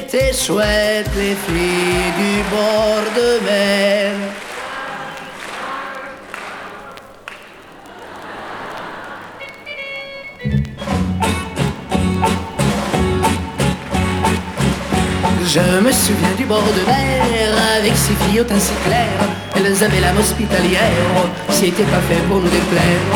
C'était chouette les filles du bord de mer. Je me souviens du bord de mer avec ces filles au teint si clair. Elles avaient l'âme hospitalière, c'était pas fait pour nous déplaire.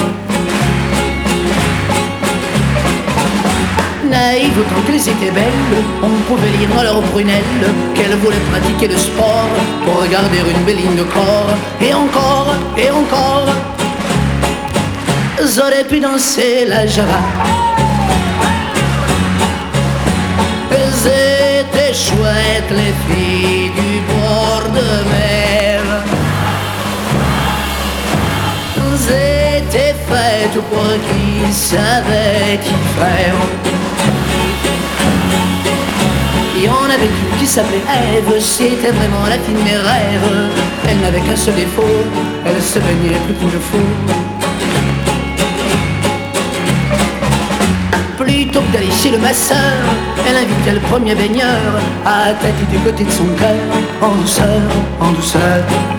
Naïves autant qu'elles étaient belles, on pouvait lire dans leurs prunelles qu'elles voulaient pratiquer le sport pour regarder une belle ligne de corps. Et encore, j'aurais pu danser la java. C'était chouette les filles du bord de mer. C'était faites pour qui savait qui faire. Il y en avait une qui s'appelait Ève, c'était vraiment la fille de mes rêves. Elle n'avait qu'un seul défaut, elle se baignait plus qu'il ne faut. Plutôt que d'aller chez le masseur, elle invitait le premier baigneur à tâter du côté de son cœur, en douceur, en douceur.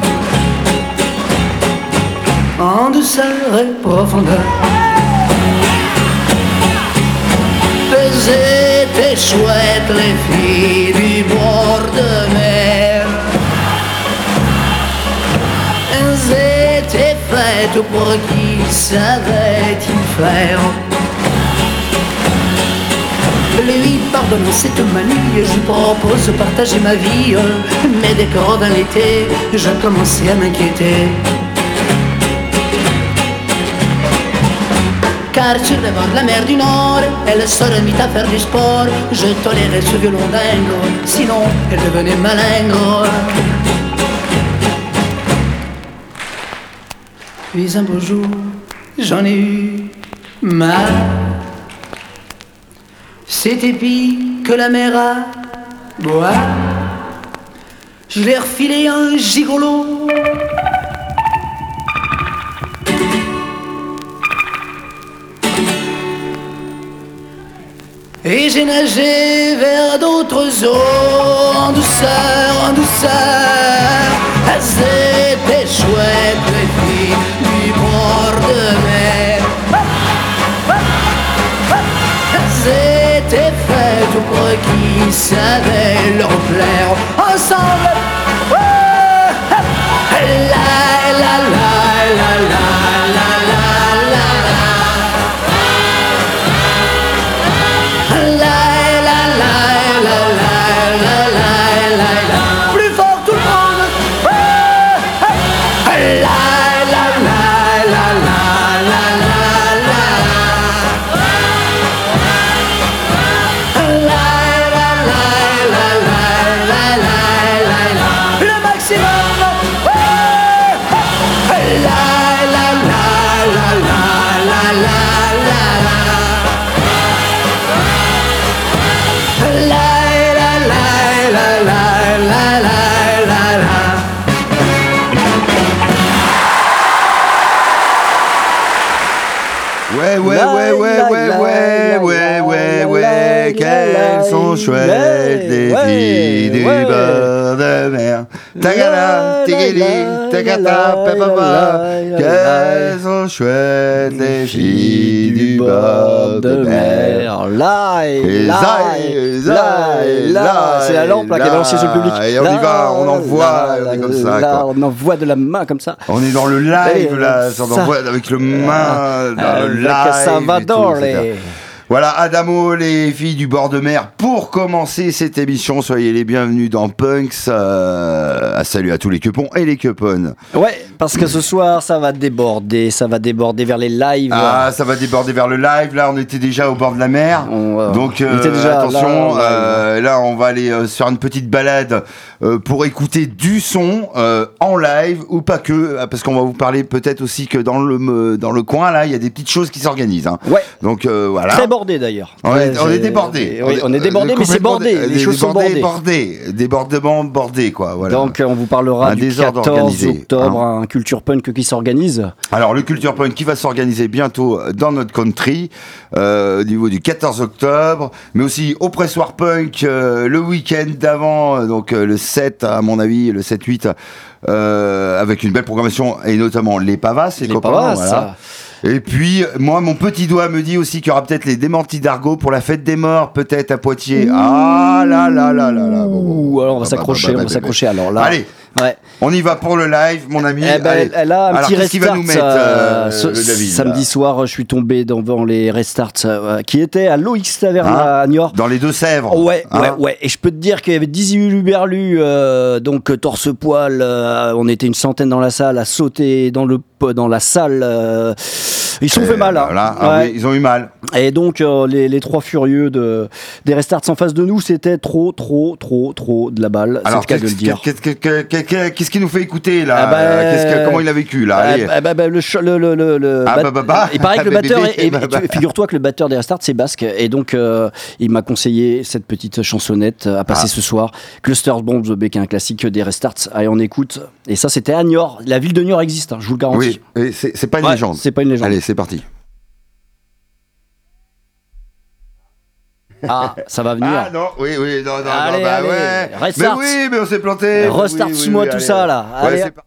En douceur et profondeur. C'était chouette les filles du bord de mer. Elles étaient faites pour qui savait y faire. Lui pardonnant cette manie, je propose de partager ma vie. Mais dès que revint l'été, je commençais à m'inquiéter. Car sur le bord de la mer du Nord, elle se remit à faire du sport. Je tolérais ce violon dingue, sinon elle devenait malingre. Puis un beau jour, j'en ai eu marre. C'était pire que la mer à boire. Je l'ai refilé un gigolo. Et j'ai nagé vers d'autres eaux, en douceur, en douceur. C'était chouette les filles du bord de mer. C'était fait pour qui savait leur plaire. Ensemble, la la la la la la la la. Plus fort tout le monde. La la la la la la la la. La la la la la la la. Le maximum. La la la la la la la la. Ouais, qu'elles sont chouettes les filles du bord de mer. Tagada, tigili, tagada, papa, qu'elles sont chouettes les filles du bord de mer. Là, c'est la lampe là qui est balancée sur le public. Et on y va, on envoie, on est comme ça. Là, on envoie de la main comme ça. On est dans le live là, on envoie avec le main dans le live. Salvador. Voilà, Adamo, les filles du bord de mer, pour commencer cette émission. Soyez les bienvenus dans Punks. Salut à tous les quepons et les queponnes. Ouais, parce que ce soir, ça va déborder vers les lives. Ah, ça va déborder vers le live. Là, on était déjà au bord de la mer. Donc, attention, là, on va aller se faire une petite balade pour écouter du son en live ou pas que, parce qu'on va vous parler peut-être aussi que dans le coin, là, il y a des petites choses qui s'organisent. Hein. Ouais. Donc, voilà. Très bordé d'ailleurs. On est débordé. Oui, on est débordé, mais c'est bordé. Les choses sont bordées. Débordement bordé, quoi. Voilà. Donc, on vous parlera du 14 octobre, un culture punk qui s'organise. Alors le culture punk qui va s'organiser bientôt dans notre country au niveau du 14 octobre, mais aussi au pressoir punk le week-end d'avant, donc le 7 à mon avis, le 7-8, avec une belle programmation et notamment les Pavas, les copains. Pavas, voilà. Et puis, moi, mon petit doigt me dit aussi qu'il y aura peut-être les démentis d'Argo pour la fête des morts, peut-être à Poitiers. Ah là là là là là. Bon. Alors on va s'accrocher. Alors là. Allez. Ouais. On y va pour le live, mon ami. Allez. Elle a un alors, petit restart. Qu'est-ce qu'il va nous mettre, le David, samedi soir, je suis tombé devant les restarts qui étaient à l'OX Taverne à Niort. Dans les Deux-Sèvres. Ouais. Et je peux te dire qu'il y avait 18 luberlus, donc torse-poil. On était une centaine dans la salle à sauter dans la salle. Ils se sont fait mal. Hein. Voilà. Oui, ils ont eu mal. Et donc, les trois furieux des restarts en face de nous, c'était trop de la balle. Alors, c'est le cas de le dire. Qu'est-ce qu'il nous fait écouter là comment il a vécu là? Allez. Il paraît que le batteur figure-toi que le batteur des restarts c'est basque et donc il m'a conseillé cette petite chansonnette à passer ce soir. Cluster Bombs, qui est un classique des restarts. Allez, on écoute. Et ça, c'était à Niort. La ville de Niort existe, hein, je vous le garantis. Oui, c'est pas une légende. C'est pas une légende. Allez, c'est parti. Ah, ça va venir. Ah non, oui, non, allez, ouais. Restart. Mais oui, mais on s'est planté. Restart-moi tout ça là. Allez. Ouais,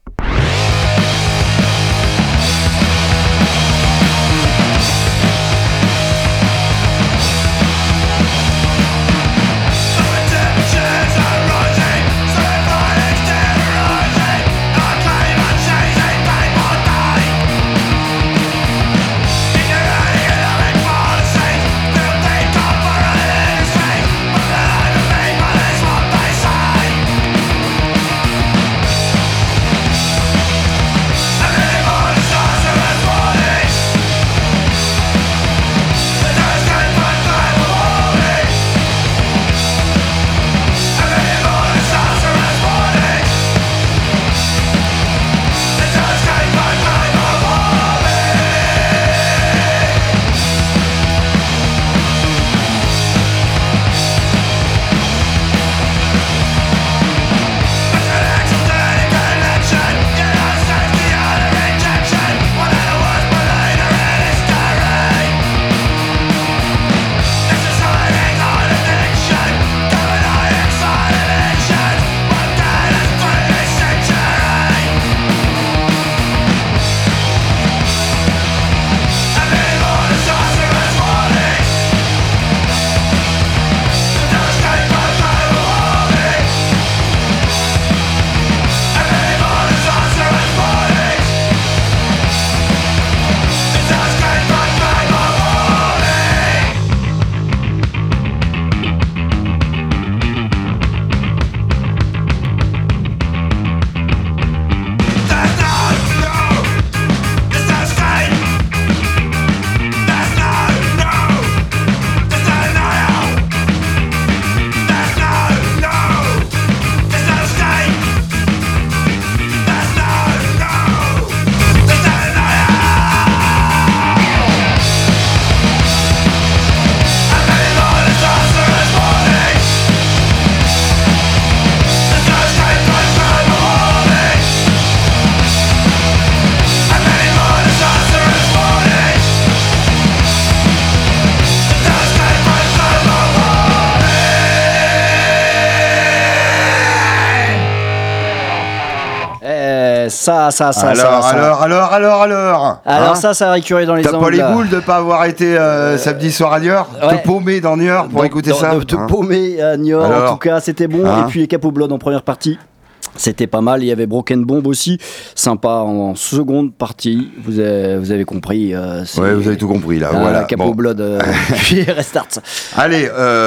Alors ça a récuré dans les angles. T'as pas les boules de pas avoir été samedi soir à Niort, te paumer dans Niort pour écouter ça. Te paumer à Niort, en tout cas, c'était bon. Et puis les Capo Blood en première partie. C'était pas mal, il y avait Broken Bomb aussi, sympa en seconde partie, vous avez compris. Ouais, vous avez tout compris là, voilà. Capo Blood, puis Restart. Allez,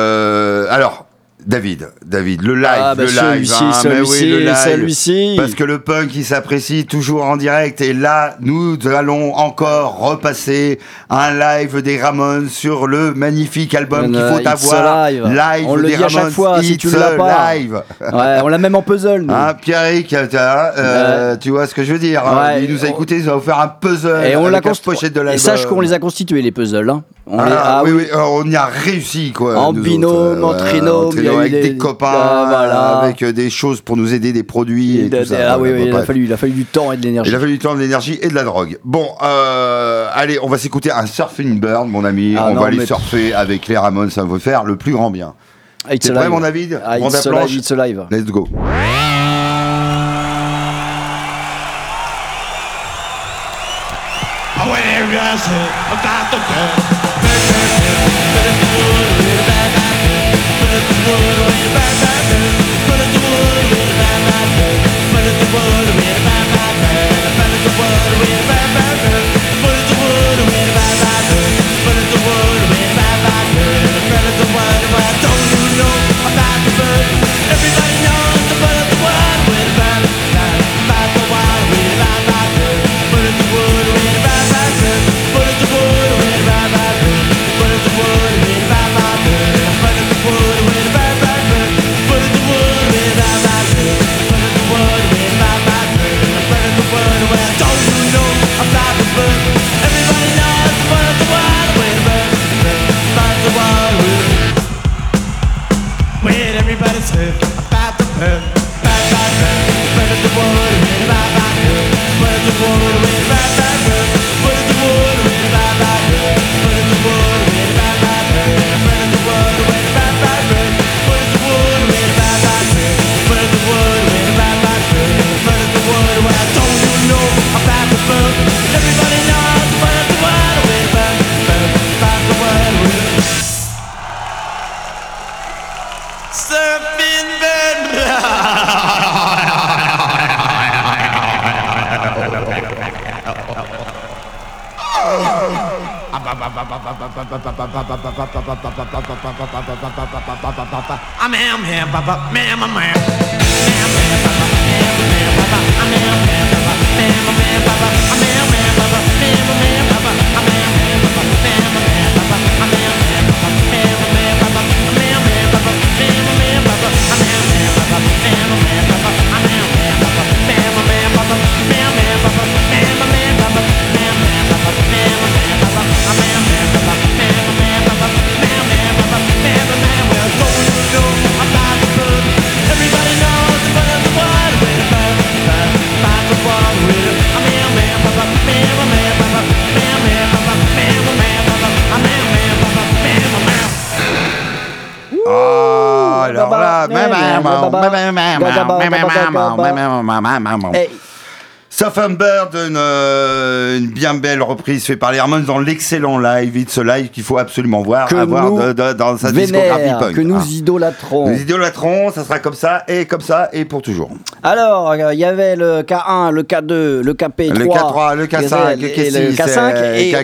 alors... David, le live, celui-ci. Parce que le punk, il s'apprécie toujours en direct. Et là, nous allons encore repasser un live des Ramones sur le magnifique album qu'il faut avoir. Live on le dit à chaque fois, si tu ne l'as pas. Live. Ouais, on l'a même en puzzle. Pierrick, tu vois ce que je veux dire. Il nous a écouté, il nous a offert un puzzle. Et on l'a pochette de l'album. Et sache qu'on les a constitués, les puzzles. Hein. Oui, on y a réussi quoi. En binôme, en trinôme, avec des copains, avec des choses pour nous aider, des produits et tout ça. Il a fallu du temps et de l'énergie. Il a fallu du temps, de l'énergie et de la drogue. Bon, allez, on va s'écouter un Surfing Bird, mon ami. On va aller surfer avec les Ramones, ça va faire le plus grand bien. T'es prêt, mon David? It's Alive. Let's go. Surfing Bird, une bien belle reprise faite par les Ramones dans l'excellent live It's Alive qu'il faut absolument voir, dans sa discographie punk. Que nous idolâtrons. Nous idolâtrons, ça sera comme ça et pour toujours. Alors, il y avait le K1, le K2, le KP3, le K3, le K5, le K6, et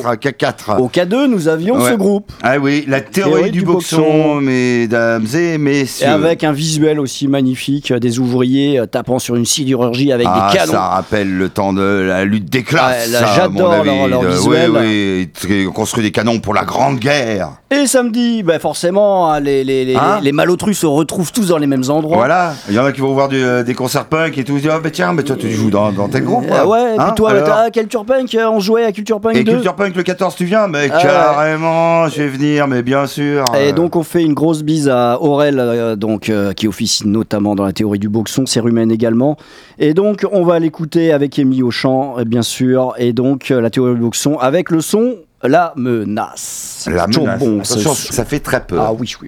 K4. Au K2, nous avions ce groupe. Ah oui, la théorie du boxon, mesdames et messieurs. Et avec un visuel aussi magnifique, des ouvriers tapant sur une sidérurgie avec des canons. Ça rappelle le temps de la lutte des classes. J'adore leur visuel. Oui, on construit des canons pour la Grande Guerre. Et samedi, forcément, les malotrus se retrouvent tous dans les mêmes endroits. Voilà, il y en a qui vont voir des concerts punk et tout. Ils disent, tiens, toi tu joues dans tel groupe. Et puis toi, Culture Punk, on jouait à Culture Punk 2. Et Culture Punk le 14, tu viens? Mais carrément, je vais venir, mais bien sûr. Et donc on fait une grosse bise à Aurel, qui officie notamment dans la théorie du boxon, Cérumen également. Et donc on va l'écouter avec Amy au chant, bien sûr. Et donc la théorie du boxon avec le son La Menace. La Menace. Bon, ça fait très peur. Ah oui.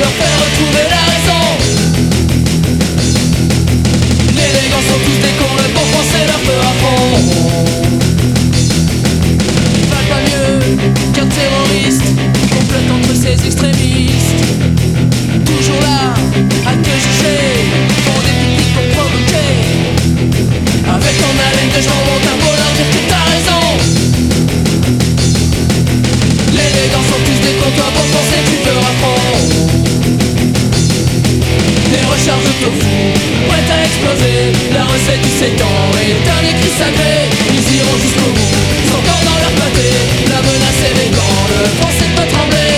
Tous des cons, La recette du 7 ans et le dernier cri sacré. Ils iront jusqu'au bout, sans corps dans leur pâté. La menace est végan, le français peut trembler.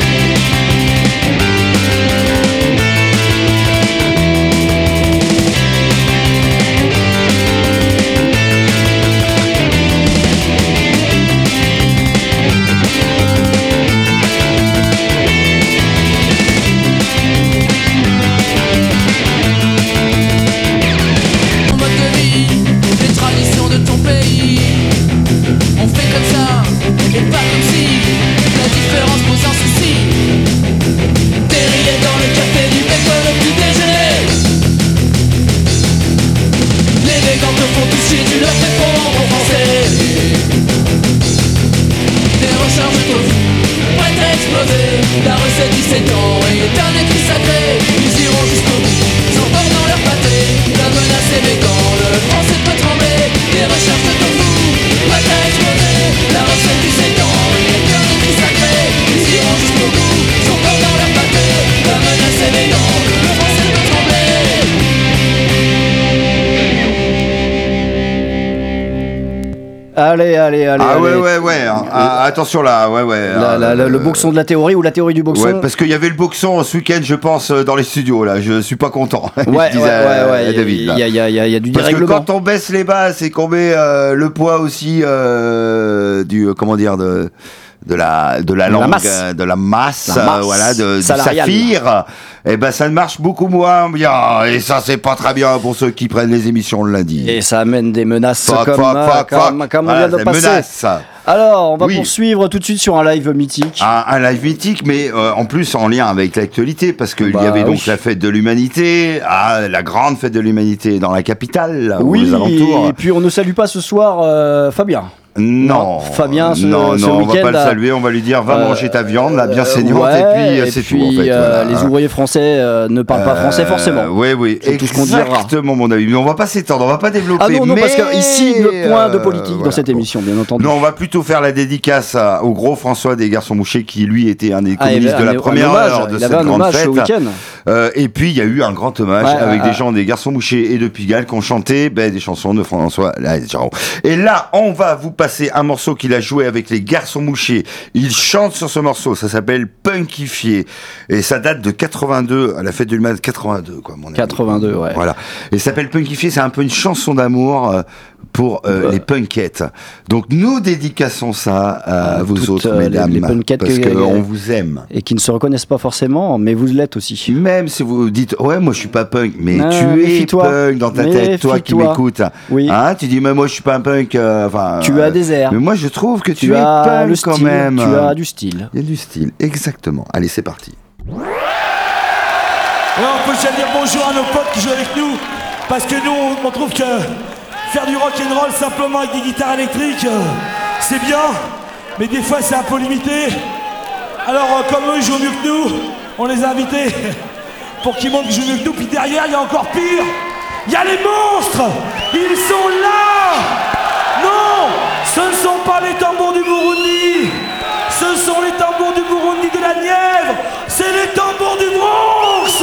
La recette du 7 ans et le dernier cri sacré. Ils iront jusqu'au bout, sans peur dans leur pâté. La menace est végan, le français peut trembler. Des recherches de tofu, prêtes à exploser. La recette du 7 ans et le dernier cri sacré. Ils iront jusqu'au bout, sans peur dans leur pâté. La menace est végan, le français peut trembler. Allez. Ah ouais. Attention là, ouais. Le boxon de la théorie ou la théorie du boxon. Ouais, parce qu'il y avait le boxon ce week-end, je pense, dans les studios là. Je suis pas content. Ouais. David. Il y a du parce dérèglement. Parce que quand on baisse les basses et qu'on met le poids aussi du de la langue, de la masse, voilà, du saphir, et ben ça ne marche beaucoup moins bien. Et ça, c'est pas très bien pour ceux qui prennent les émissions le lundi. Et ça amène des menaces comme on vient de passer. Menaces. Alors, on va poursuivre tout de suite sur un live mythique. Un live mythique, mais en plus en lien avec l'actualité, parce qu'il y avait donc la fête de l'humanité, la grande fête de l'humanité dans la capitale, aux alentours. Et puis on ne salue pas ce soir Fabien. Non, Fabien, non, on va pas le saluer, on va lui dire va manger ta viande, là, bien saignante, et puis c'est tout en fait. Voilà. Les ouvriers français ne parlent pas français forcément. Oui, c'est tout ce qu'on dira. Exactement, mon avis. Mais on va pas s'étendre, on va pas développer. Ah non, parce que ici, le point de politique dans cette émission, bien entendu. Non, on va plutôt faire la dédicace au gros François des Garçons Mouchés, qui lui était un des communistes de la première heure de cette grande fête. Et puis il y a eu un grand hommage avec des gens des Garçons Mouchés et de Pigalle qui ont chanté des chansons de François Lazaro. Et là, on va vous passer un morceau qu'il a joué avec les Garçons Mouchés. Il chante sur ce morceau, ça s'appelle Punkifié. Et ça date de 82, à la fête de l'humanité, 82 quoi, mon ami. 82, ouais. Voilà. Et ça s'appelle Punkifié, c'est un peu une chanson d'amour pour les punkettes. Donc nous dédicaçons ça à vous autres, mesdames, les punkettes parce qu'on vous aime. Et qui ne se reconnaissent pas forcément, mais vous l'êtes aussi. Même si vous dites, ouais, moi je suis pas punk, mais tu es punk dans ta tête, toi qui m'écoutes. Oui. Hein, tu dis, mais moi je suis pas un punk. Tu as des airs. Mais moi je trouve que tu es punk le style, quand même. Tu as du style. Il y a du style, exactement. Allez, c'est parti. Ouais, on peut déjà dire bonjour à nos potes qui jouent avec nous, parce que nous, on trouve que faire du rock'n'roll simplement avec des guitares électriques, c'est bien, mais des fois c'est un peu limité. Alors, comme eux ils jouent mieux que nous, on les a invités pour qu'ils montrent qu'ils jouent mieux que nous. Puis derrière, il y a encore pire, il y a les monstres. Ils sont là. Non, ce ne sont pas les tambours du Burundi. Ce sont les tambours du Burundi de la Nièvre. C'est les tambours du Bronx.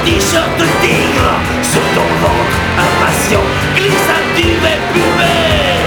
t-shirt de tigre sur ton ventre impatient, glisse un duvet pubère.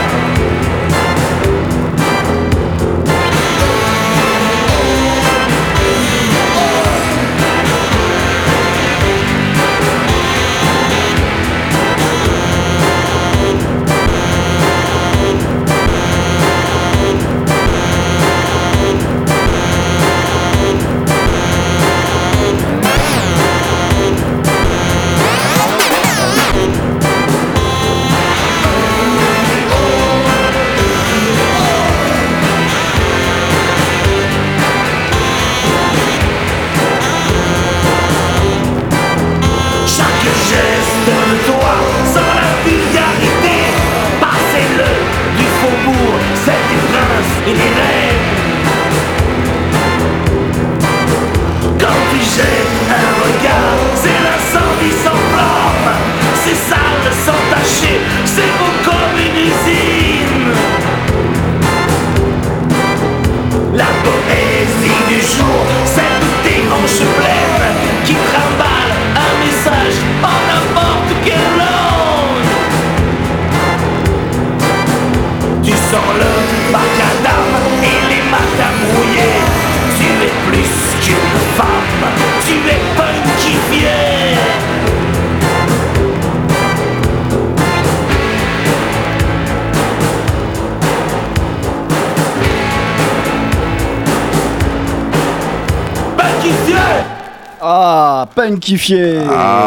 Punkifié.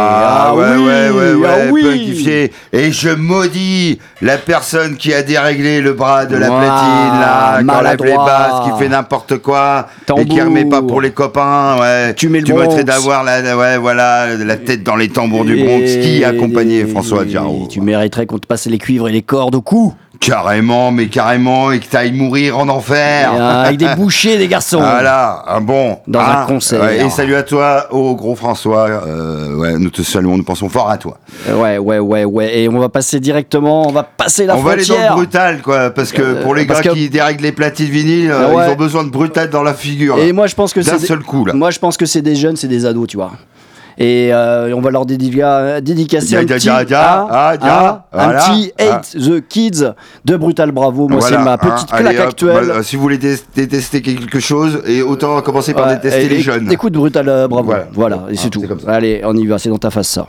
Punkifié. Et je maudis la personne qui a déréglé le bras de la platine, là, qui enlève les basses, qui fait n'importe quoi, et qui remet pas pour les copains, ouais. Tu mettrais d'avoir la tête dans les tambours du Bronx, qui accompagnait François Jarreau. Tu mériterais qu'on te passe les cuivres et les cordes au cou. Carrément, et que t'ailles mourir en enfer. Avec des bouchées, des garçons. Voilà, bon. Dans un concert. Ouais, et salut à toi, au gros François. Nous te saluons, nous pensons fort à toi. Ouais. Et on va passer directement, on va passer la frontière. On va aller dans le brutal, quoi, parce que pour les gars qui dérèglent les platines vinyles, ils ont besoin de brutal dans la figure. Et moi, je pense que d'un seul coup, là. Moi, je pense que c'est des jeunes, c'est des ados, tu vois. Et on va leur dédicacer un petit Hate the Kids de Brutal Bravo. Moi, c'est ma petite claque actuelle. Si vous voulez détester quelque chose, et autant commencer par détester les jeunes. Écoute Brutal Bravo. Voilà, et c'est tout. Allez, on y va, c'est dans ta face ça.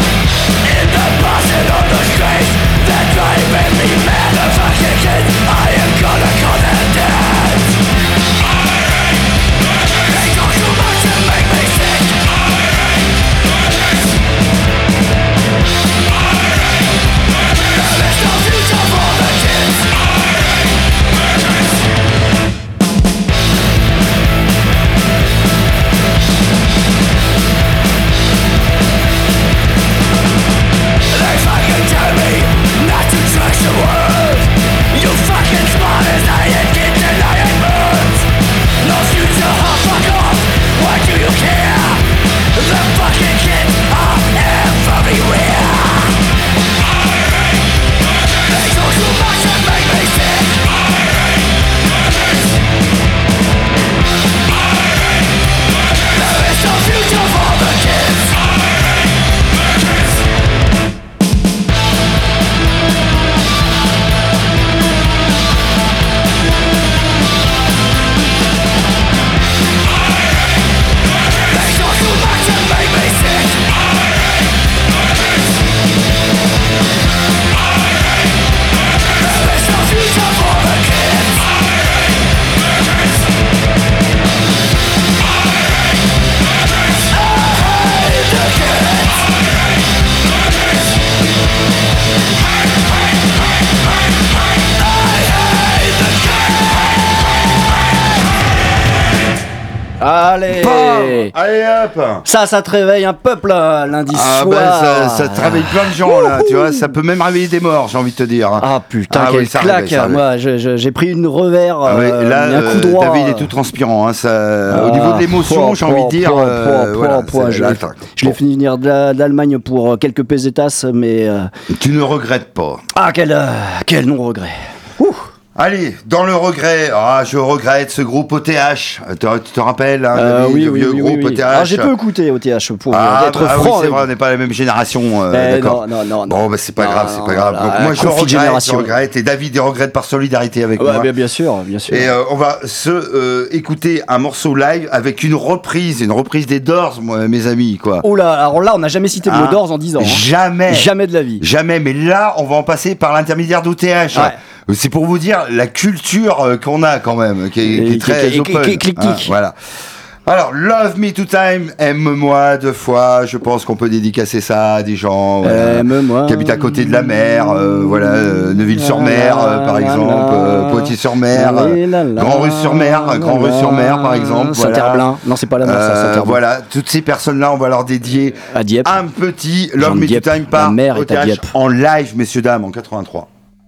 I Allez. Allez hop. Ça te réveille un peuple là, lundi soir. Bah, ça te réveille plein de gens là, tu vois. Ça peut même réveiller des morts, j'ai envie de te dire. Ah putain, quelle claque. Moi, j'ai pris une revers. Là, un coup droit. David est tout transpirant. Hein, au niveau de l'émotion, j'ai envie de dire. Je l'ai fini venir d'Allemagne pour quelques pesetas, mais. Tu ne regrettes pas. Ah, quel non-regret. Allez, dans le regret, je regrette ce groupe OTH. Tu te rappelles, hein, oui, le vieux groupe OTH. Ah, j'ai peu écouté OTH pour être franc. Oui, c'est vrai, on n'est pas la même génération. D'accord. Non. Bon, bah, c'est pas grave. Donc moi, je regrette. Et David, il regrette par solidarité avec moi. Bien sûr. Et on va écouter un morceau live avec une reprise des Doors, mes amis, quoi. Oh là, alors là, on n'a jamais cité le mot Doors en 10 ans. Jamais de la vie. Jamais, mais là, on va en passer par l'intermédiaire d'OTH. Ouais. C'est pour vous dire la culture qu'on a quand même, qui est très open. Éclectique. Voilà. Alors, Love Me Two Time, aime-moi 2 fois. Je pense qu'on peut dédicacer ça à des gens qui habitent à côté de la mer. Neuville-sur-Mer, par exemple, Poitiers-sur-Mer, Grand-Rue-sur-Mer, par exemple. Saint-Herblain. Non, c'est pas la mer, ça, Saint-Herblain. Voilà, toutes ces personnes-là, on va leur dédier un petit Love Me Two Time par OTH en live, messieurs, dames, en 83.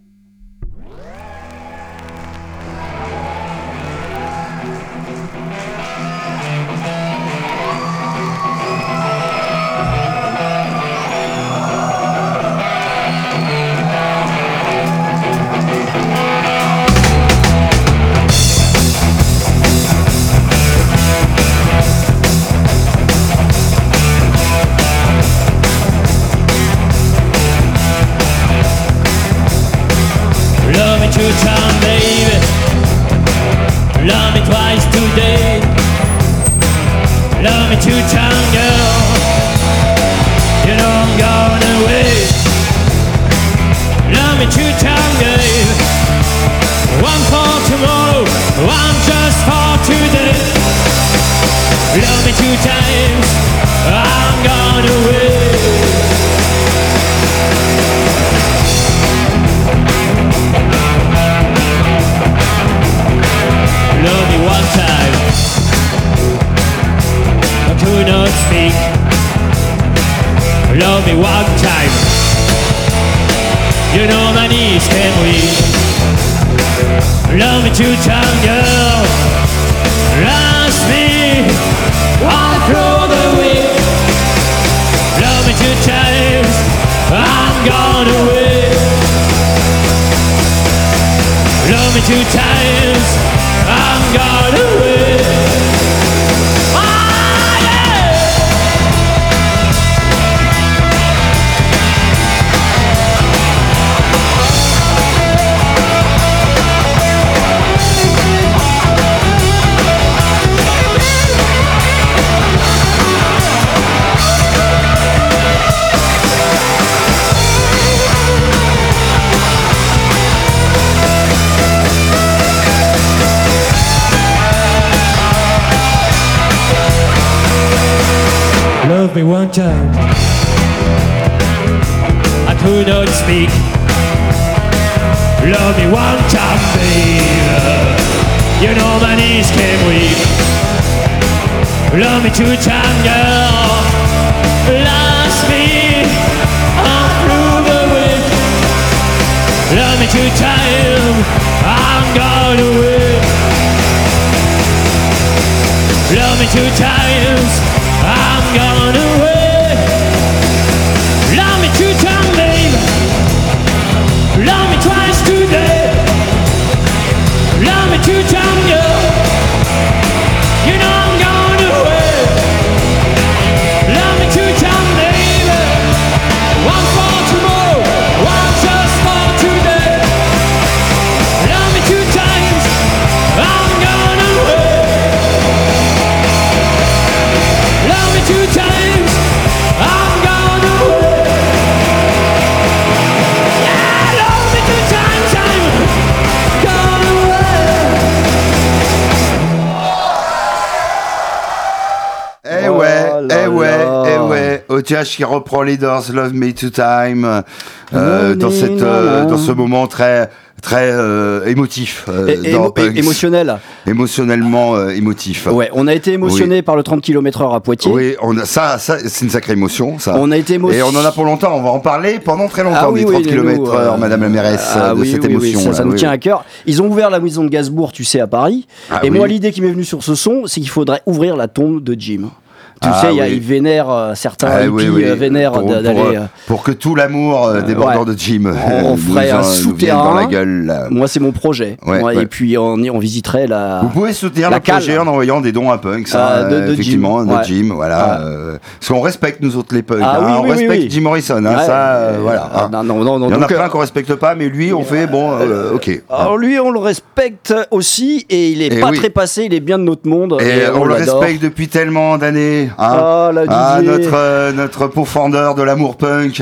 Love me one time. You know my knees can weak. Love me 2 times, girl. Last me all through the week. Love me 2 times. I'm gone away. Love me 2 times. I'm gone away. Love me one time. I could not speak. Love me one time, baby. You know my knees came weak. Love me 2 times, girl. Last me all through the week. Love me 2 times. I'm gone away. Love me 2 times. I'm gone away. Love me 2 times, baby. Love me twice today. Love me 2 times, girl. You know I'm gone away. Love me 2 times, baby. One for tomorrow, one just for today. Love me 2 times. I'm gone away. Motorhead qui reprend les Doors, Love Me Two Time, dans ce moment très émotif, émotionnel. Émotionnellement émotif. Ouais, on a été émotionné par le 30 km/h à Poitiers. Oui, ça c'est une sacrée émotion, ça. On a été et on en a pour longtemps, on va en parler pendant très longtemps, des 30 km/h, Madame la mairesse, de cette émotion. Ça nous tient à cœur. Ils ont ouvert la maison de Gainsbourg, tu sais, à Paris. Moi, l'idée qui m'est venue sur ce son, c'est qu'il faudrait ouvrir la tombe de Jim. Tu sais, ils vénèrent, certains hippies vénèrent d'aller... Pour que tout l'amour débordant de Jim on ferait un souterrain dans la gueule. Moi, c'est mon projet. Et puis, on visiterait la... Vous pouvez soutenir le projet en envoyant des dons à Punks, effectivement, de Jim. Voilà. Parce qu'on respecte, nous autres, les punks. On respecte Jim Morrison. Voilà. Non. Il y en a plein qu'on respecte pas, mais lui, on fait, ok. Alors lui, on le respecte aussi, et il est pas très passé, il est bien de notre monde. Et on le respecte depuis tellement d'années. Notre pourfendeur de l'amour punk,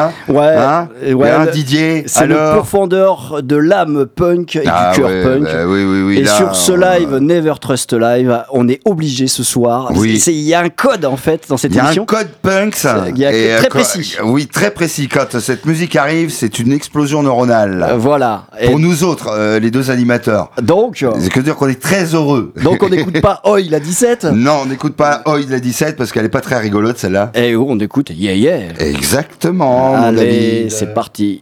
Didier, c'est le pourfendeur de l'âme punk et du cœur punk. Oui, et là, sur ce live, Never Trust Live, on est obligé ce soir. Il y a un code en fait dans cette émission. Il y a un code punk, très précis. Oui, très précis. Quand cette musique arrive, c'est une explosion neuronale. Voilà. Pour nous autres, les deux animateurs. Donc, c'est que dire qu'on est très heureux. Donc on n'écoute pas Oi la 17. Non, on n'écoute pas Oi la 17 parce qu'elle est pas très rigolote celle-là. Et on écoute Yeah Yeah. Exactement. Allez, c'est parti.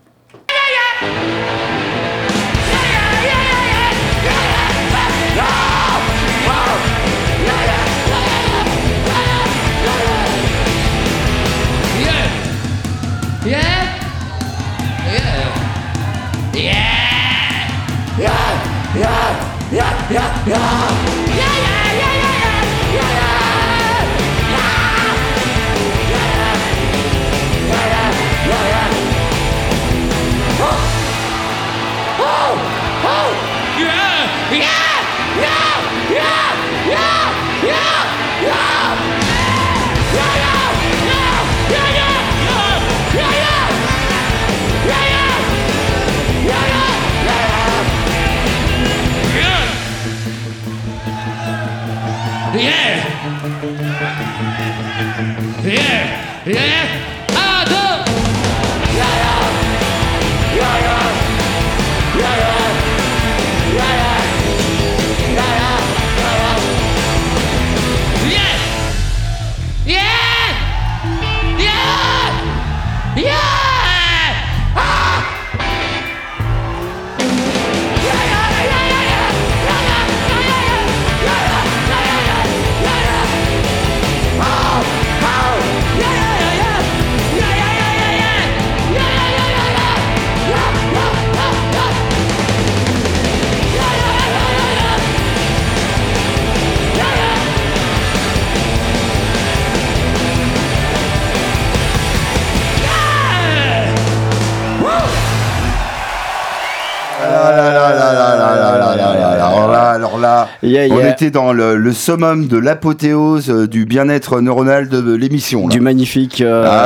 Alors là, on était dans le summum de l'apothéose du bien-être neuronal de l'émission. Du magnifique,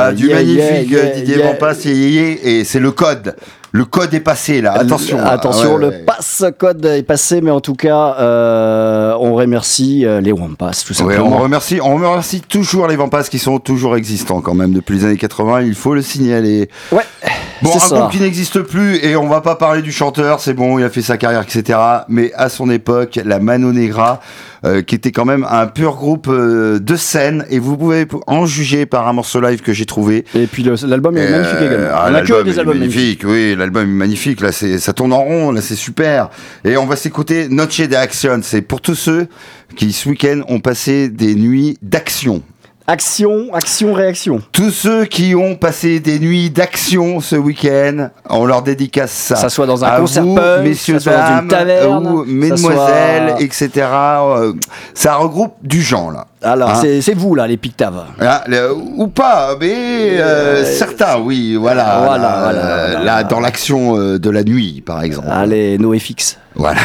Didier Vampas et c'est le code. Le code est passé là, attention. Le passe-code est passé, mais en tout cas, on remercie les Wampas, tout simplement. On remercie toujours les Wampas qui sont toujours existants quand même depuis les années 80, il faut le signaler. Ouais. Bon, un groupe qui n'existe plus, et on va pas parler du chanteur, c'est bon, il a fait sa carrière, etc. Mais à son époque, la Mano Negra, qui était quand même un pur groupe de scène, et vous pouvez en juger par un morceau live que j'ai trouvé. Et puis l'album est magnifique également. On a que des albums magnifiques. Oui, l'album est magnifique, là ça tourne en rond, là c'est super. Et on va s'écouter Noche de Action, c'est pour tous ceux qui ce week-end ont passé des nuits d'action. Action, réaction. Tous ceux qui ont passé des nuits d'action ce week-end, on leur dédicace ça. Ça soit dans un concert punk, messieurs, ça soit dans une taverne, ou mesdemoiselles, etc. Ça regroupe du genre, là. Alors, c'est vous, là, les pictaves. Ou pas, mais certains, oui, voilà. Là, dans l'action de la nuit, par exemple. Allez, NoFX. Voilà.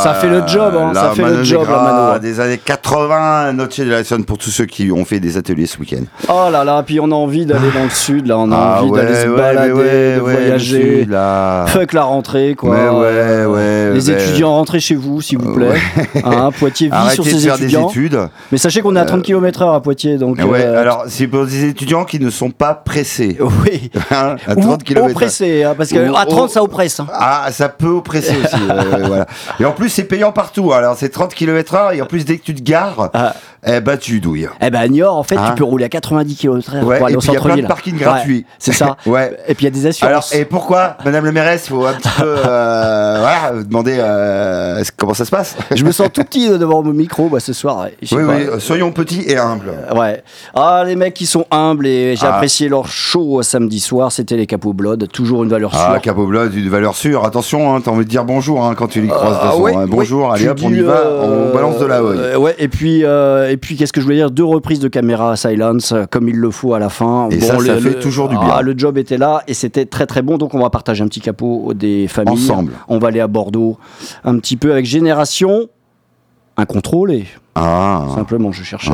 ça fait le job, hein, ça fait le job, la Mano. Des années 80, Noche de la Lesión pour tous ceux qui ont fait des ateliers ce week-end. Oh là là, puis on a envie d'aller dans le sud, là, on a envie d'aller se balader, de voyager. Sud, fuck la rentrée, quoi. Les étudiants, rentrez chez vous, s'il vous plaît. Hein, Poitiers vit sur ses étudiants. Des études. Mais sachez qu'on est à 30 km/h à Poitiers, donc. Alors c'est pour des étudiants qui ne sont pas pressés. Oui. À 30 km. Oppressés, hein, parce qu'à 30 ça oppresse. Hein. Ah, ça peut oppresser aussi. Voilà. Et en plus c'est payant partout. Alors c'est 30 km/h et en plus dès que tu te gares, tu douilles. À Niort, en fait, tu peux rouler à 90 km/h pour aller au centre-ville. Il y a plein de parkings gratuits. C'est ça. Et puis il y a des assurances. Alors, et pourquoi, Madame le mairesse, il faut un petit peu demander comment ça se passe. Je me sens tout petit devant mon micro ce soir. Soyons petits et humbles. Ah, les mecs qui sont humbles, et j'ai apprécié leur show samedi soir, c'était les Capo Blood, toujours une valeur sûre. Capo Blood, une valeur sûre. Attention, t'as envie de dire bonjour quand tu les croises. Bonjour, allez hop, on y va, on balance de la oeil. Et puis qu'est-ce que je voulais dire, 2 reprises de Caméra Silence, comme il le faut à la fin. Et ça fait toujours du bien. Le job était là et c'était très très bon, donc on va partager un petit capot des familles. Ensemble. On va aller à Bordeaux un petit peu avec Génération Incontrôlée. Simplement, je cherchais.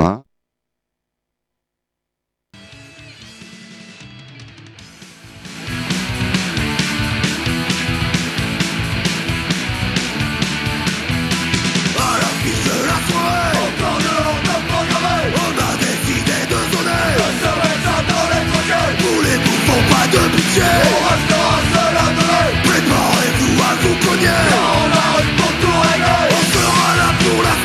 Préparez-vous à vous cogner. On arrive pour tout régler. On sera là pour la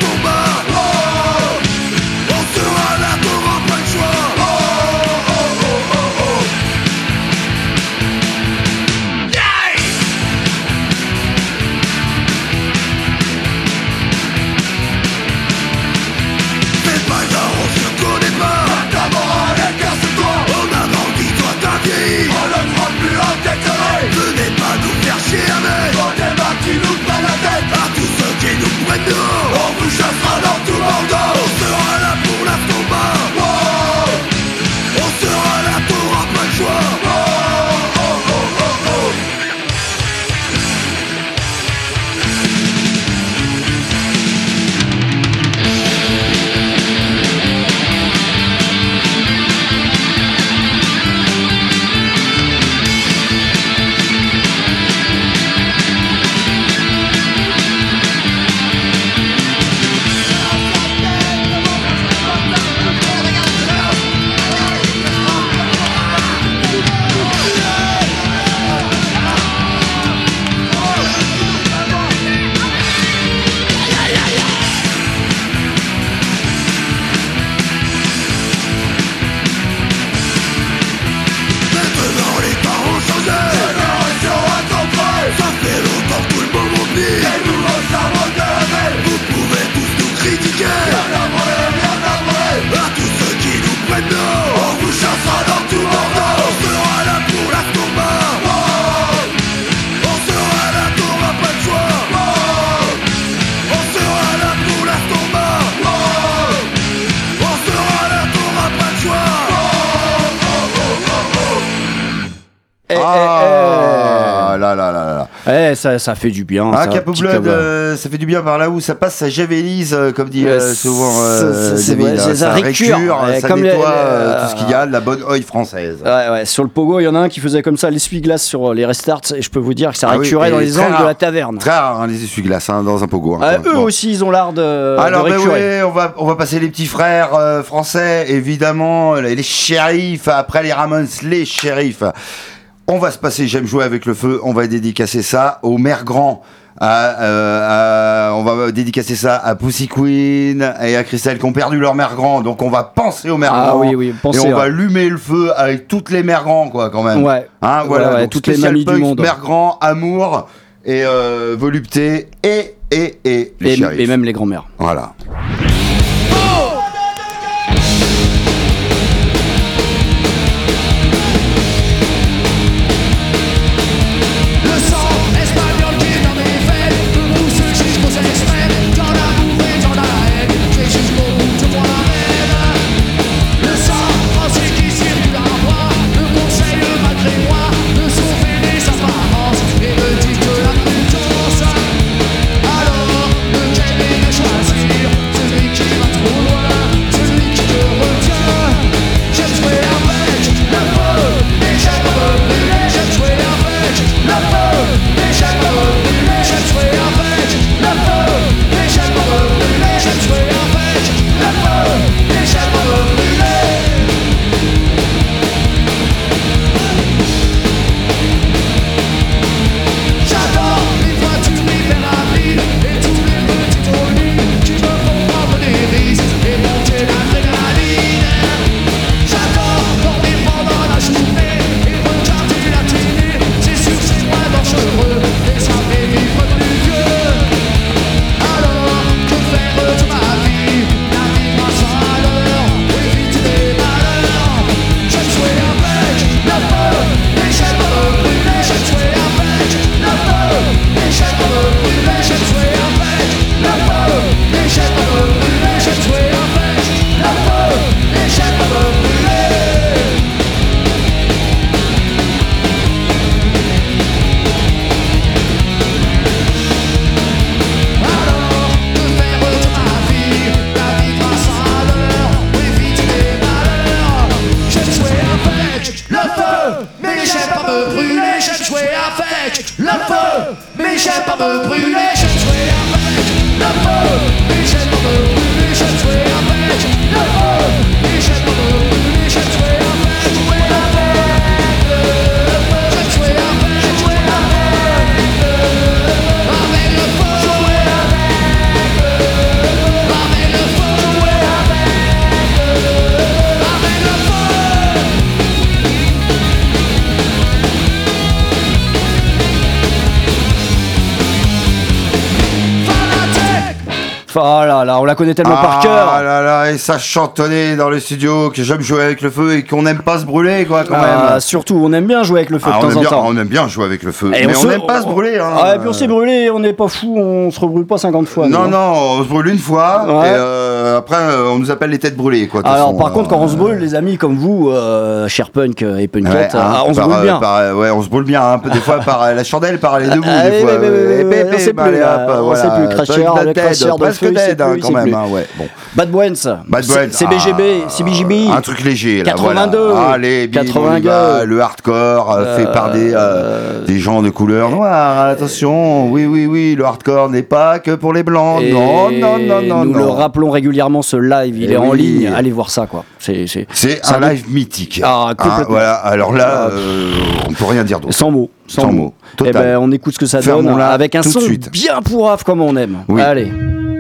Ça fait du bien. Capo Blood, ça fait du bien par là où ça passe, ça javelise, comme dit souvent David. Ça récure, ça nettoie tout ce qu'il y a, de la bonne oeil française. Sur le pogo, il y en a un qui faisait comme ça l'essuie-glace sur les restarts, et je peux vous dire que ça récurait dans les angles de la taverne. Très rare, les essuie-glaces dans un pogo. Eux aussi, ils ont l'art de récurer. On va passer les petits frères français, évidemment, les shérifs, après les Ramones, les shérifs. On va se passer J'aime jouer avec le feu, on va dédicacer ça aux mères grands. On va dédicacer ça à Pussy Queen et à Christelle qui ont perdu leur mère grand, donc on va penser aux mères grands et on va allumer le feu avec toutes les mères grands quand même. Donc toutes les mamies du monde. Mères grands, amour et volupté et les shérifs. Et même les grands-mères. Voilà. le feu, mais j'aime pas me brûler, je jouais avec le feu, mais j'aime pas me brûler, je jouais avec le feu, mais j'aime pas me brûler, je jouais avec le feu, je jouais avec le feu, avec le feu, avec le feu. Oh là là, on la connaît tellement par cœur. Ah là là, et ça chantonnait dans le studio que j'aime jouer avec le feu et qu'on n'aime pas se brûler, quoi, quand même. Surtout, on aime bien jouer avec le feu de temps en temps. On aime bien jouer avec le feu, et mais on n'aime pas se brûler. Hein. Ah, et puis on s'est brûlé, on n'est pas fou, on se rebrûle pas 50 fois. Non, on se brûle une fois, ouais. Et après, on nous appelle les têtes brûlées, quoi. Alors, par contre, quand on se brûle, les amis comme vous, cher Punk et Punkette, on se brûle bien. Ouais, on se brûle bien, un peu des fois par la chandelle, par les deux bouts, des fois. On sait plus, cracheur, le cracheur de feu, quand même, ouais, bon. Bad Brains, CBGB, un truc léger, là, 82, voilà. Allez, 82, le hardcore fait par des gens de couleur noire. Attention, oui, le hardcore n'est pas que pour les blancs. Non. Nous le rappelons régulièrement, ce live, il est en ligne. Allez voir ça, quoi. C'est un live mythique. Complètement. Voilà. Alors là, on peut rien dire d'autre. Sans mots. Total. Et ben, on écoute ce que ça donne avec un son bien pourrave comme on aime. Oui. Allez.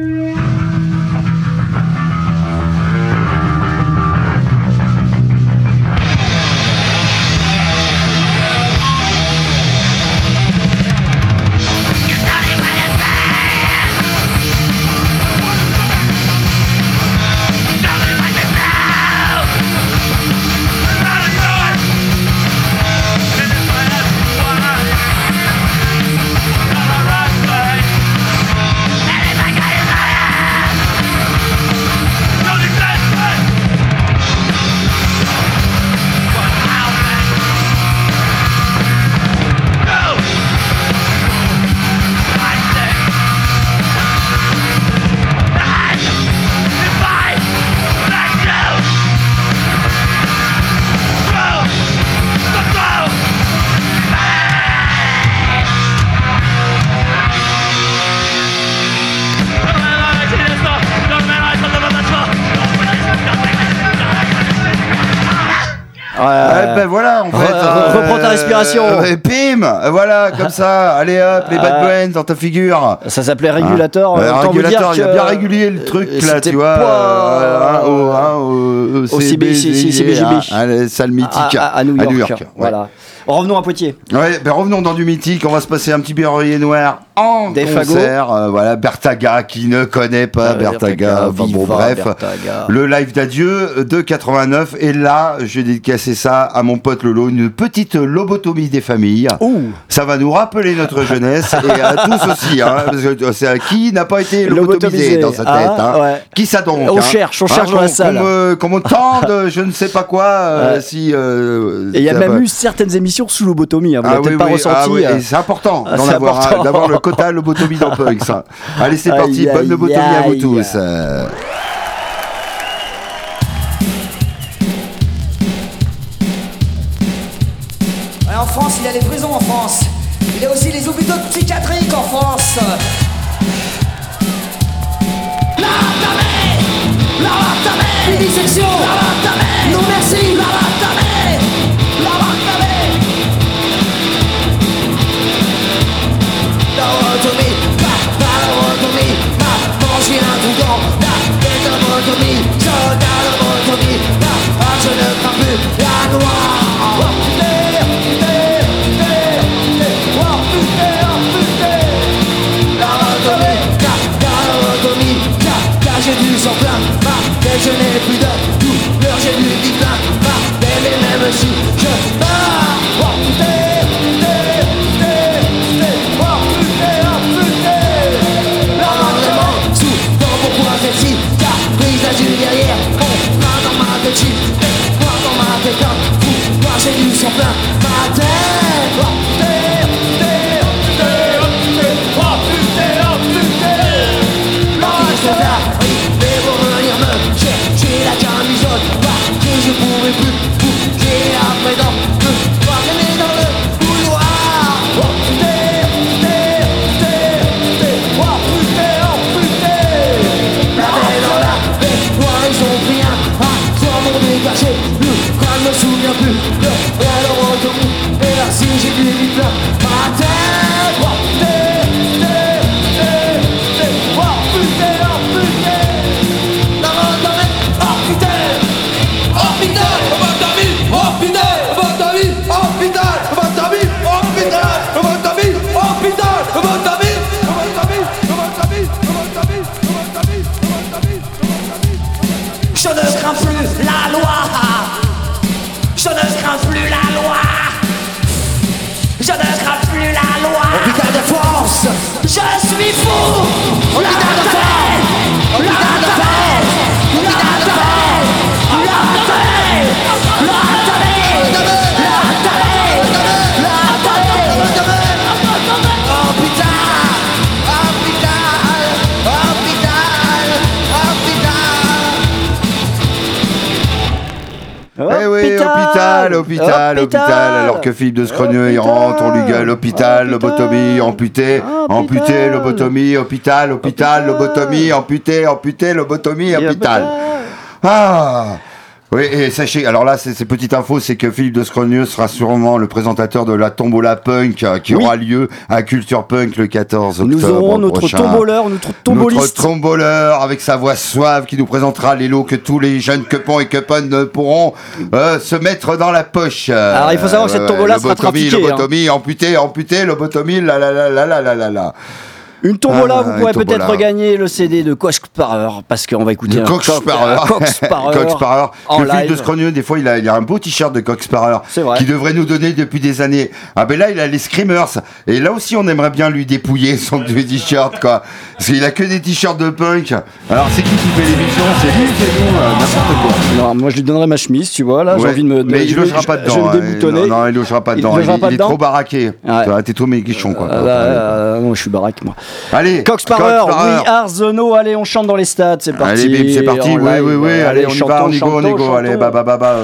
Ben voilà, en fait. Reprends ta respiration. Pim, voilà, comme ça. Allez hop, les Bad Brains dans ta figure. Ça s'appelait Régulator. Régulator, il a bien régulé le truc là, tu vois. Au CBGB. La salle mythique à New York. Voilà. Revenons à Poitiers. Ouais, ben revenons dans du mythique. On va se passer un petit Berrurier Noir en concert. Voilà, Berthaga, qui ne connaît pas Berthaga. Enfin, bon, bref, Berthaga. Le live d'adieu de 89. Et là, je vais dédicacer ça à mon pote Lolo, une petite lobotomie des familles. Ça va nous rappeler notre jeunesse et à tous aussi, hein, parce que c'est à qui n'a pas été lobotomisé dans sa tête. Ouais. Qui ça donc? On cherche dans la salle. Qu'on me tende, je ne sais pas quoi. Si. Et il y a même eu certaines émissions sous lobotomie. Hein, vous l'avez peut-être pas ressenti. Et c'est important d'avoir le quota lobotomie dans Punk, ça. Allez, c'est parti. Bonne lobotomie à vous tous. En France, il y a les prisons en France. Il y a aussi les hôpitaux psychiatriques en France. Vivisection. Non merci. Manger un bougon. Lobotomie. Soldat lobotomie. Je ne crains plus la noire. J'ai du sang plein, mais je n'ai plus de douleur, j'ai du déclin, mais même si je meurs, l'amendement sous dans pourquoi celle-ci, car prise à du derrière, main dans ma tête, moi dans ma tête, moi j'ai du sang plein, ma tête. Mais pour venir me chercher la hôpital. Alors que Philippe de Scrogneux, il rentre, on lui gueule hôpital, lobotomie, amputé, lobotomie, hôpital, lobotomie, amputé, lobotomie, hôpital. Ah! Oui, et sachez, alors là, c'est petite info, c'est que Philippe de Scrogneux sera sûrement le présentateur de la tombola punk qui aura lieu à Culture Punk le 14 octobre. Nous aurons notre tomboleur, notre tomboliste. Notre tomboleur avec sa voix suave qui nous présentera les lots que tous les jeunes quepons et queponnes pourront se mettre dans la poche. Alors il faut savoir que cette tombola sera trafiquée. Lobotomie, amputé, lobotomie, la. Une tombola, vous pourrez peut-être gagner le CD de Cox Sparrer, parce qu'on va écouter Cox Sparrer. En le Philippe de Scrogneux, des fois, il a un beau t-shirt de Cox Sparrer qui devrait nous donner depuis des années. Ah ben là, il a les Screamers. Et là aussi, on aimerait bien lui dépouiller son t-shirt, quoi. Parce qu'il a que des t-shirts de punk. Alors, c'est qui fait l'émission? C'est lui, c'est nous, n'importe quoi. Non, moi, je lui donnerai ma chemise, tu vois, là, j'ai envie de me... Mais il logera pas dedans. Je vais me déboutonner. Non, il logera pas dedans. Il est trop baraqué. T'es trop méguichon, quoi. Non, je suis baraque, moi. Allez, Cox Sparrer, We Are The No, allez, on chante dans les stades, c'est parti. Allez, bim, c'est parti, oui, allez, on y va, on y go, allez, bah.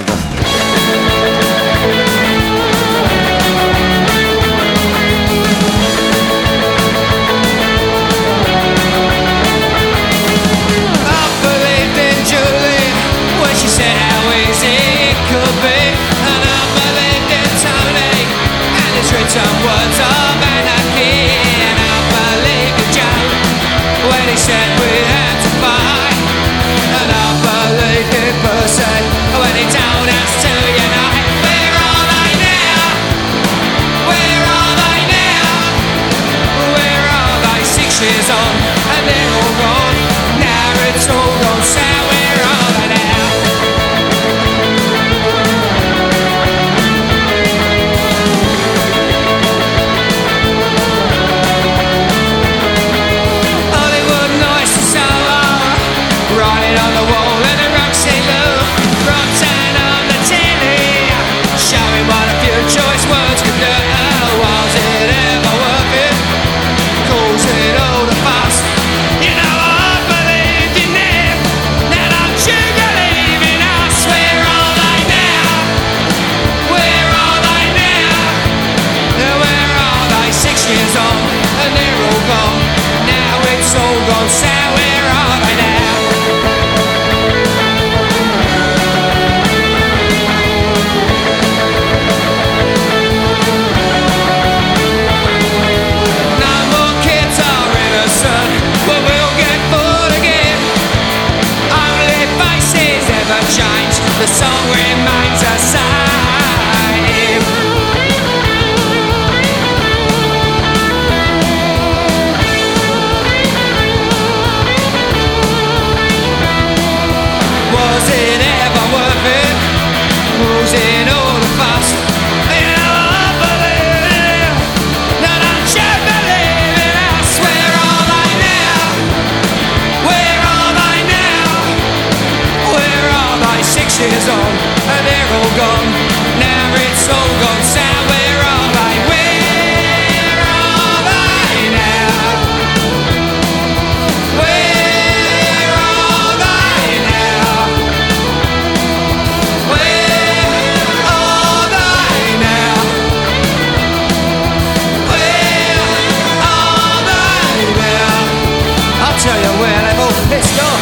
The song reminds us was it ever worth it? Losing all the fuss. You know I believe that I should believe in us. Where are they now? Where are they now? Where are they? 6 years on and they're all gone. Now it's all gone south. Where are they? Where are they now? Where are they now? Where are they now? Where are they now? I'll tell you where they've all pissed off.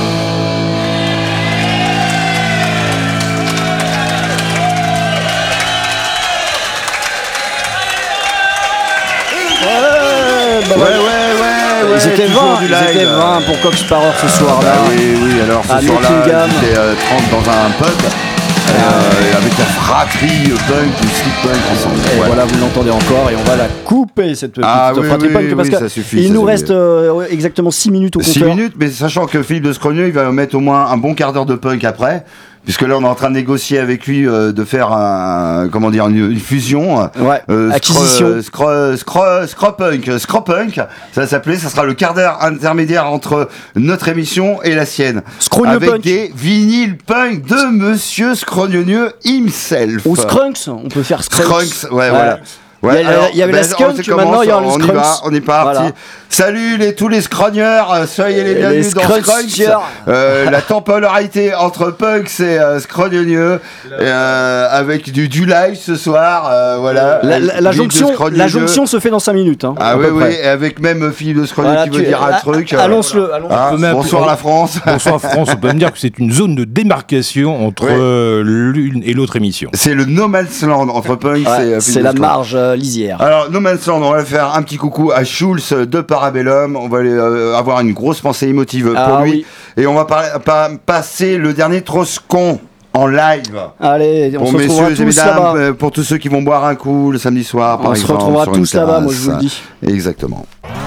Ouais. Ils étaient 20 pour Cox Sparrer ce soir-là. Oui, alors ce soir-là, ils étaient 30 dans un pub. Avec la fratrie punk ou street punk ensemble. Et voilà, vous l'entendez encore et on va la couper cette petite fratrie punk parce qu'il nous reste exactement 6 minutes au compteur. 6 minutes, mais sachant que Philippe de Scrogneux, il va mettre au moins un bon quart d'heure de punk après. Puisque là, on est en train de négocier avec lui de faire une fusion. Ouais. Acquisition. Scropunk. Ça sera le quart d'heure intermédiaire entre notre émission et la sienne. Scrogneux avec punk. Des vinyles punk de Monsieur Scrogneux himself. Ou Scrunks, on peut faire Scrunks. Voilà. Ouais, il y avait la skunk, maintenant il y a le Scrunks. On est parti. Voilà. Salut tous les scrogneurs, soyez les bienvenus dans Scrunch. La temporalité entre punks et scrogneux, avec du live ce soir, voilà. La jonction se fait dans 5 minutes. Hein, ah oui, et avec même Philippe de Scrogneux qui veut dire un truc. Annonce-le. Bonsoir la France. Bonsoir France, on peut me dire que c'est une zone de démarcation entre l'une et l'autre émission. C'est le No Man's Land entre punks et c'est la marge lisière. Alors No Man's Land, on va faire un petit coucou à Schulz de Parabellum, on va avoir une grosse pensée émotive pour lui, et on va passer le dernier Troscon en live. Allez, on se retrouvera tous là-bas. Pour tous ceux qui vont boire un coup le samedi soir, par exemple. On se retrouvera tous là-bas, moi je vous le dis. Exactement.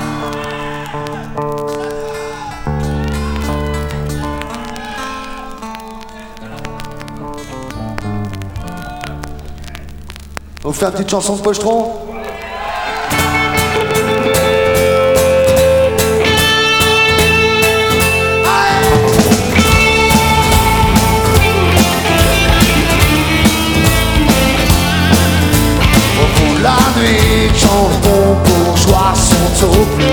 On fait une petite chanson de Pochetron. La nuit, quand les bons bourgeois sont au plus.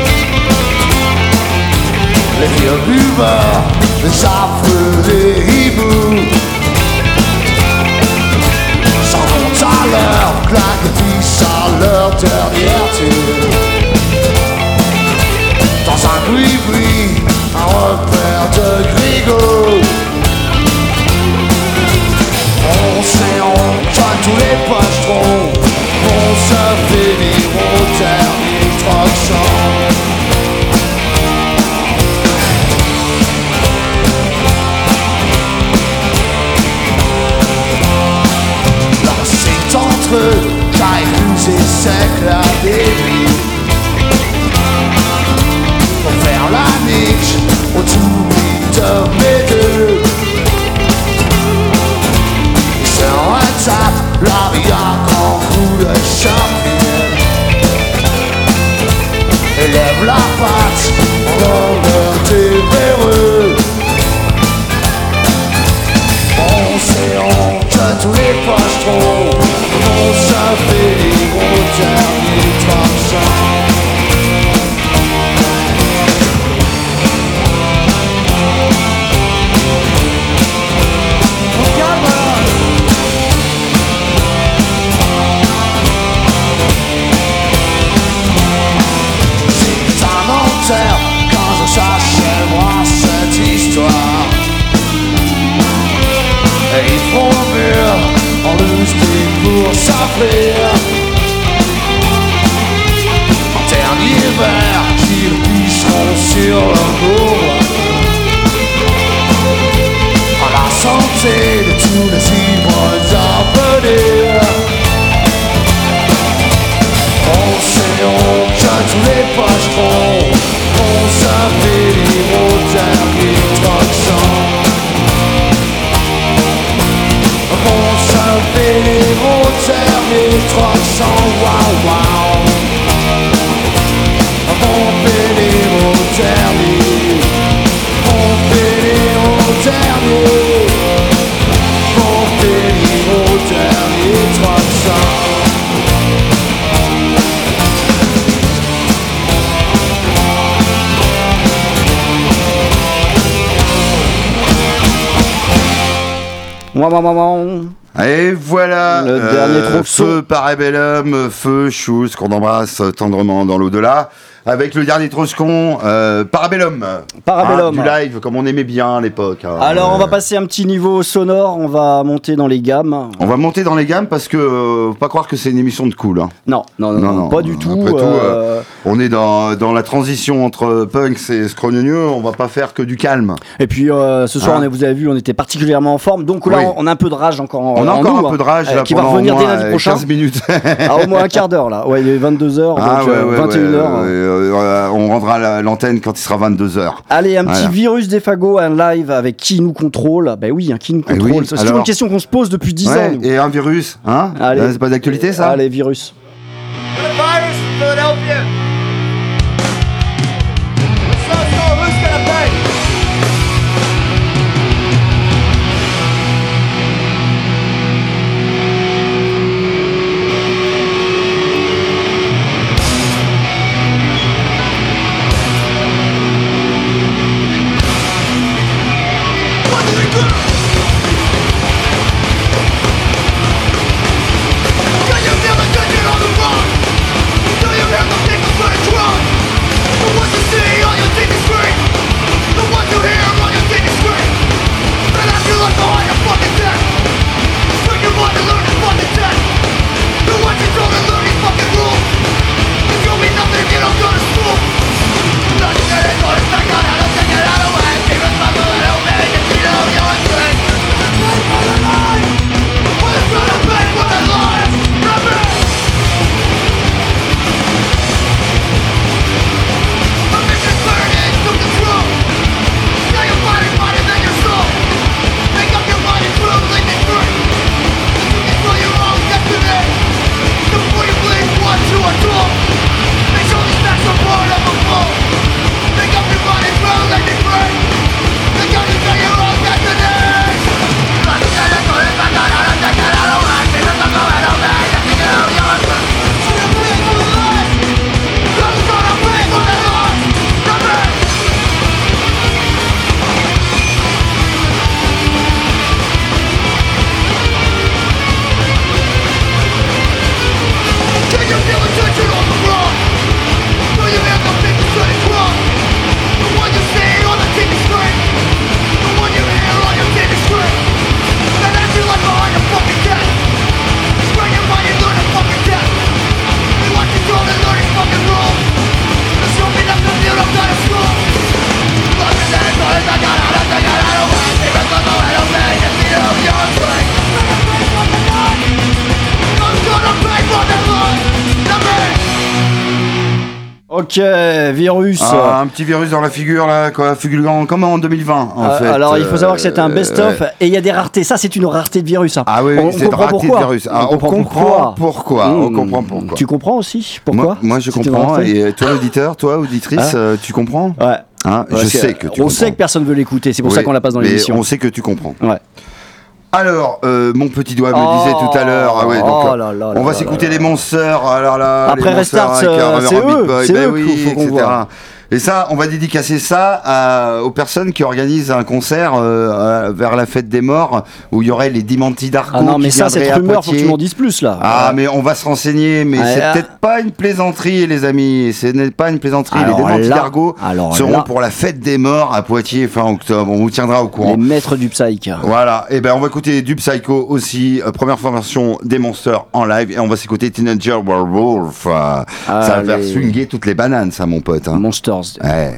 Les vieux buveurs, les affreux, les hiboux s'en vont à leur claque et pissent à leur dernière tue. Dans un bruit, un repère de Grigo. On s'éhonte tous les pochetrons. On se finit au dernier troc-champ. Là c'est entre eux, cailloux et sec la débit. Pour faire la niche autour de mes deux. Ils se retapent la riaque en coup de champignon. Élève la patte en leur véreux. On s'éhonte tous les pochetrons. On se fait les gros derniers tranchants. Quand je cherchais moi cette histoire, et ils font le mur en lusté pour s'offrir. En dernier verre, qu'ils pisseront sur leur bourre. En la santé de tous les ivres abonnés. On s'éhonte tous les pochetrons. On s'appelle les gros derniers troc-champs. On s'appelle les gros derniers troc-champs. Waouh waouh. On fait les gros derniers. On fait les gros derniers. On fait les gros derniers troc-champs. Et voilà, le dernier Feu Parabellum, Feu Schulz, qu'on embrasse tendrement dans l'au-delà, avec le dernier Troscon, Parabellum. Parabellum. Du live, comme on aimait bien à l'époque. Hein. Alors, on va passer un petit niveau sonore, on va monter dans les gammes. On va monter dans les gammes parce que, faut pas croire que c'est une émission de cool. Hein. Non, pas du tout. Après tout, on est dans la transition entre punks et scrogneux, on va pas faire que du calme. Et puis, ce soir, vous avez vu, on était particulièrement en forme, donc là, on a un peu de rage encore on a encore un peu de rage là, qui va revenir dès lundi prochain. 15 minutes. Au moins un quart d'heure là. Ouais, il est 22h, donc 21h. On rendra l'antenne quand il sera 22h. Allez, un petit virus des fagots, un live avec qui nous contrôle. Ben oui, qui nous contrôle. Oui, c'est toujours une question qu'on se pose depuis 10 ans. Nous. Et un virus, hein. Allez. C'est pas d'actualité ça. Allez, virus. The virus in Philadelphia. Ok, virus. Un petit virus dans la figure, là, quoi, fulgurant, comme en 2020, en fait. Alors, il faut savoir que c'est un best-of, et il y a des raretés. Ça, c'est une rareté de virus. Hein. Ah oui, c'est une rareté de virus. On comprend pourquoi. On comprend pourquoi. Tu comprends aussi pourquoi? Moi, je comprends. Et toi, auditeur, toi, auditrice, tu comprends? Ouais. Hein, je sais que tu comprends. On sait que personne ne veut l'écouter, c'est pour ça qu'on la passe dans l'émission. On sait que tu comprends. Ouais. Alors, mon petit doigt me disait tout à l'heure, on va s'écouter les Monsters. Après Restart, c'est eux qu'il faut qu'on voit. Et ça, on va dédicacer ça aux personnes qui organisent un concert vers la fête des morts où il y aurait les Dimanti d'Arco. Ah non, mais ça, cette rumeur, faut que tu m'en dises plus là. Ah, mais on va se renseigner, mais c'est peut-être pas une plaisanterie, les amis. Ce n'est pas une plaisanterie. Les Dimanti d'Arco seront pour la fête des morts à Poitiers fin octobre. On vous tiendra au courant. Les maîtres du psych. Voilà. Et ben, on va écouter du Psycho aussi. Première formation des Monsters en live. Et on va s'écouter Teenager Werewolf. Ça va faire swinguer toutes les bananes, ça, mon pote. Hein. Monsters. Ouais.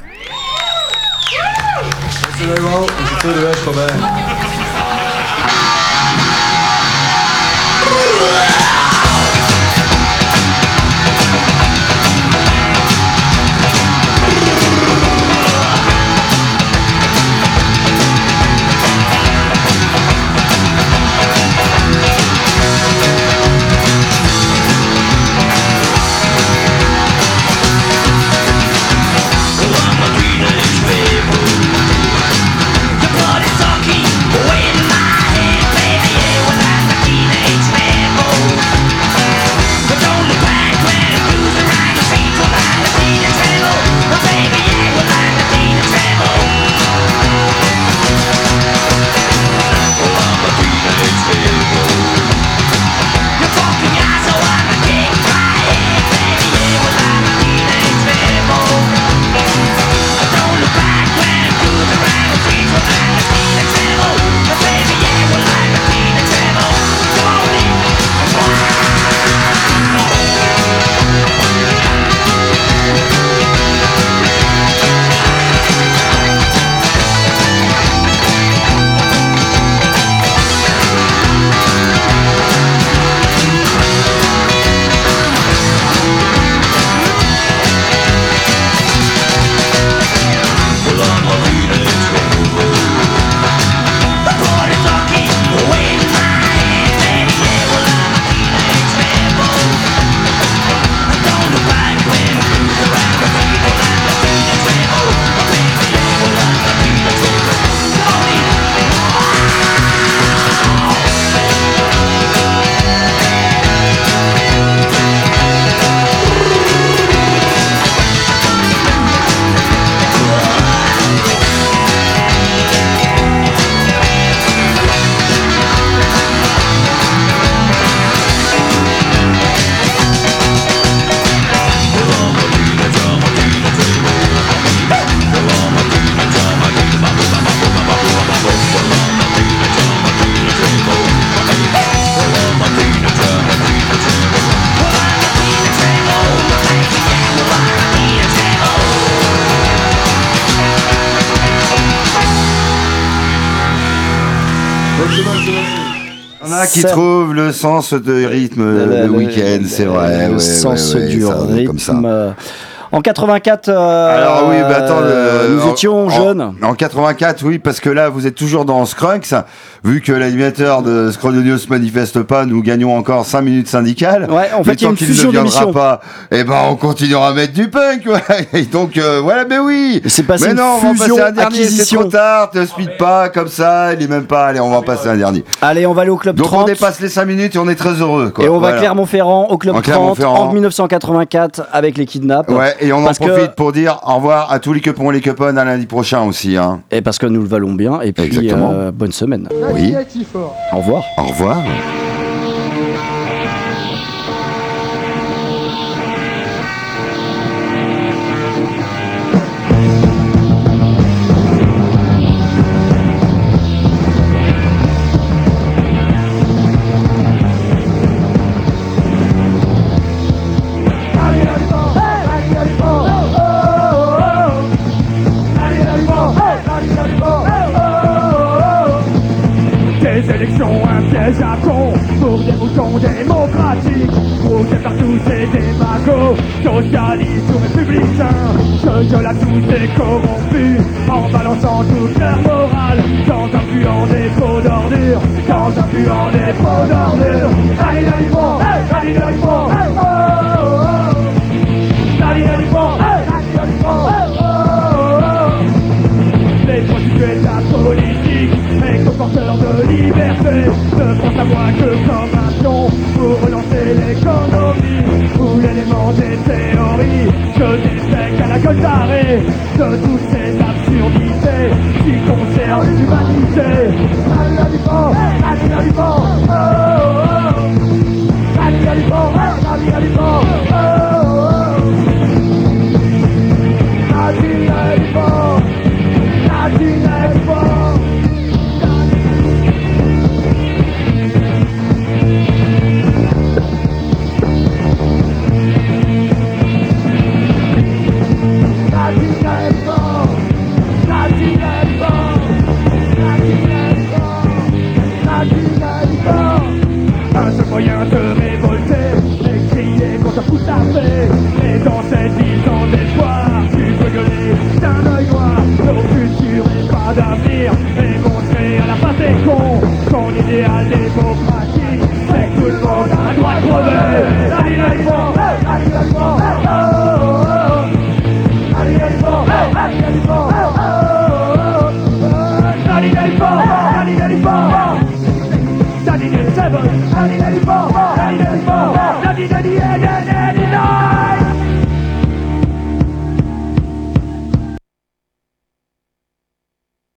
Qui trouve le sens de rythme le week-end, c'est vrai. Le sens du rythme. En 84, alors oui, bah attends, nous étions jeunes. En 84, oui, parce que là, vous êtes toujours dans Scrunks. Vu que l'animateur de Scrodios se manifeste pas, nous gagnons encore 5 minutes syndicales. Ouais, en fait, il y a une fusion d'émissions. Pas, et ben, on continuera à mettre du punk, ouais. Et donc, voilà, mais oui. C'est passé mais non, une fusion, on va passer un dernier, acquisition. c'est trop tard, te speed pas, comme ça, il est même pas, allez, on va passer un dernier. Allez, on va aller au Club donc 30. Donc, on dépasse les 5 minutes et on est très heureux, quoi. Et on va à Clermont-Ferrand, au Club 30, en 1984, avec les Kidnaps. Ouais, et on en profite pour dire au revoir à tous les coupons et les coupons à lundi prochain aussi, hein. Et parce que nous le valons bien, et puis, bonne semaine. Oui. Au revoir. Au revoir. Des élections, un piège à con. républicains. Je la tous est corrompu en balançant toute leur morale dans un puant dépôt d'ordures, dans un puant dépôt d'ordures. Allez, allez, bon, allez, allez, bon, oh, oh, oh. Allez, allez, bon, allez, allez, bon, oh, oh, oh. Les prostituées de la politique et porteurs de liberté ne font savoir que comme un pion pour relancer l'économie ou l'élément des théories que défectent à la gueule d'arrêt de toutes ces absurdités qui concernent l'humanité. Allez, allez, bon, allez, allez, bon, oh, oh, oh. Allez, allez, bon, allez, allez, bon, oh, oh, oh. Allez, allez, bon, allez, allez, bon. Un seul moyen de révolter et crier contre tout à fait. Et dans cette ville sans espoir, tu peux gueuler d'un œil noir. Nos futurs et pas d'avenir, et montrer à la face des cons son idéal démocratique, c'est que tout le monde a le droit de crever. Allez, allez, bon, allez, allez, bon, oh, oh, oh. Allez, allez, bon, allez, allez, bon, oh, oh, oh. Allez, allez, bon, allez, allez, bon. Allez, allez, bon,